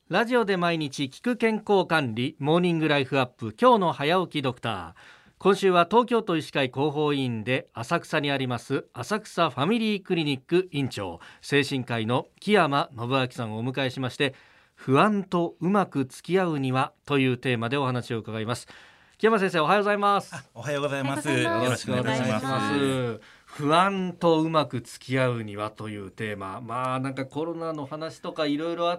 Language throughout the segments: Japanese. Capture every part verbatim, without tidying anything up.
ラジオで毎日聞く健康管理モーニングライフアップ、今日の早起きドクター。今週は東京都医師会広報委員で浅草にあります浅草ファミリークリニック院長、精神科医の木山信明さんをお迎えしまして、不安とうまく付き合うにはというテーマでお話を伺います。木山先生、おはようございます。 おはようございます。 よろしくお願いします。不安とうまく付き合うにはというテーマ、まあなんかコロナの話とかいろいろあって、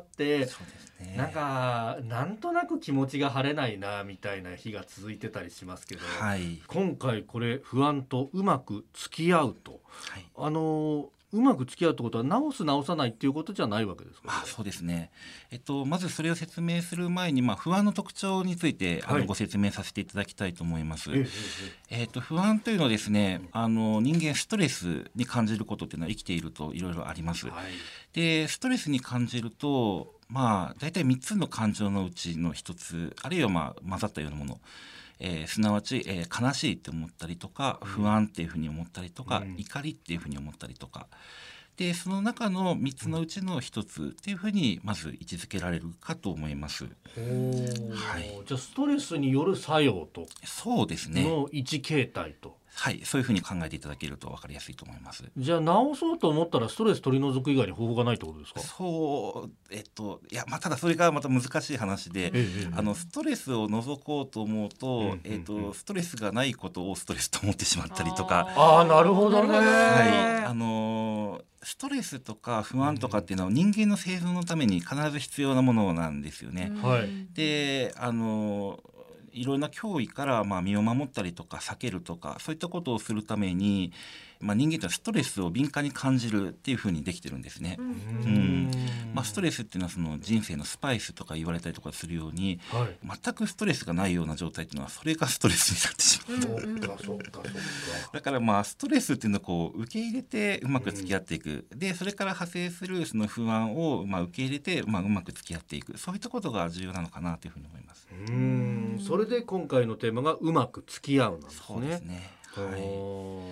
そうですね、 なんかなんとなく気持ちが晴れないなみたいな日が続いてたりしますけど、 はい、 今回これ不安とうまく付き合うと、 はい、 あのうまく付き合うってことは直す直さないっていうことじゃないわけですか。 あ、そうですね、えっと、まずそれを説明する前に、まあ、不安の特徴について、はい、あのご説明させていただきたいと思います。えええっと、不安というのはですね、あの人間ストレスに感じることっていうのは生きているといろいろあります、はい、でストレスに感じると、まあ、大体みっつの感情のうちのひとつ、あるいはまあ混ざったようなもの、えー、すなわち、えー、悲しいって思ったりとか、不安っていうふうに思ったりとか、うん、怒りっていうふうに思ったりとかで、その中のみっつのうちのひとつっていうふうにまず位置づけられるかと思います。 はい、じゃあストレスによる作用とそうですねの一形態と、 はい、そういうふうに考えていただけると分かりやすいと思います。 じゃあ治そうと思ったらストレス取り除く以外に方法がないってことですか。 そう、えっといや、まあ、ただそれがまた難しい話で、ええ、あのストレスを除こうと思うと、ええっと、ストレスがないことをストレスと思ってしまったりとか。 ああ、なるほどね。 はい、あのストレスとか不安とかっていうのは人間の生存のために必ず必要なものなんですよね。 はい、 で、あのいろんな脅威からまあ身を守ったりとか避けるとか、そういったことをするために、まあ、人間ってストレスを敏感に感じるっていうふうにできてるんですね。うんうんまあ、ストレスっていうのはその人生のスパイスとか言われたりとかするように、はい、全くストレスがないような状態っていうのはそれがストレスになってしまう。 そうかそうかそうか。 だからまあストレスっていうのをこう受け入れてうまく付き合っていく、うん、でそれから派生するその不安をまあ受け入れて、まあ、うまく付き合っていく、そういったことが重要なのかなというふうに思います。 うーん、それで今回のテーマがうまく付き合うなんですね。 そうですね、はい。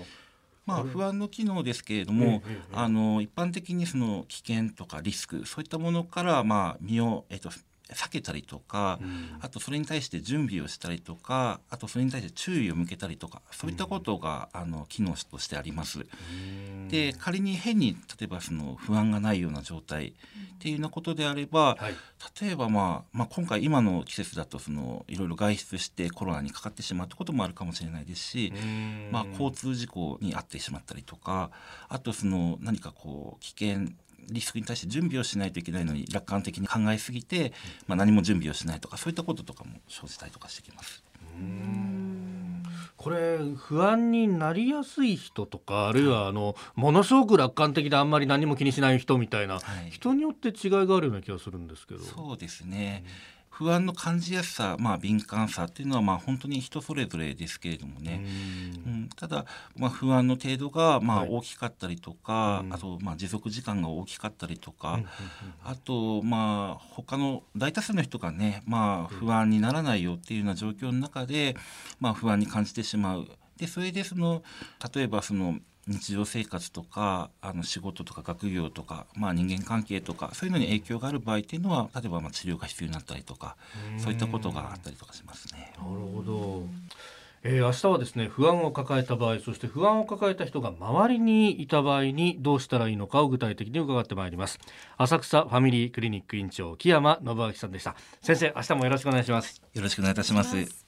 まあ、不安の機能ですけれども、ええええ、あの一般的にその危険とかリスク、そういったものからまあ身を、えっと、避けたりとか、うん、あとそれに対して準備をしたりとか、あとそれに対して注意を向けたりとか、そういったことが、うん、あの機能としてあります。で、仮に変に例えばその不安がないような状態っていうようなことであれば、はい、例えば、まあ、まあ今回今の季節だとそのいろいろ外出してコロナにかかってしまうってこともあるかもしれないですし、まあ、交通事故に遭ってしまったりとか、あとその何かこう危険リスクに対して準備をしないといけないのに楽観的に考えすぎて、まあ、何も準備をしないとか、そういったこととかも生じたりとかしてきます。 うーん、これ不安になりやすい人とか、あるいはあのものすごく楽観的であんまり何も気にしない人みたいな、はい、人によって違いがあるような気がするんですけど。 そうですね、うん、不安の感じやすさ、まあ、敏感さっていうのはまあ本当に人それぞれですけれどもね、うん、うん、ただ、まあ、不安の程度がまあ大きかったりとか、はい、あとまあ持続時間が大きかったりとか、うん、あとまあ他の大多数の人がね、まあ、不安にならないよっていうような状況の中で、まあ、不安に感じてしまう。でそれでその例えばその日常生活とかあの仕事とか学業とか、まあ、人間関係とかそういうのに影響がある場合っていうのは、例えばまあ治療が必要になったりとか、そういったことがあったりとかしますね。 なるほど。えー、明日はですね、不安を抱えた場合、そして不安を抱えた人が周りにいた場合にどうしたらいいのかを具体的に伺ってまいります。浅草ファミリークリニック院長、木山信明さんでした。先生、明日もよろしくお願いします。 よろしくお願いいたします。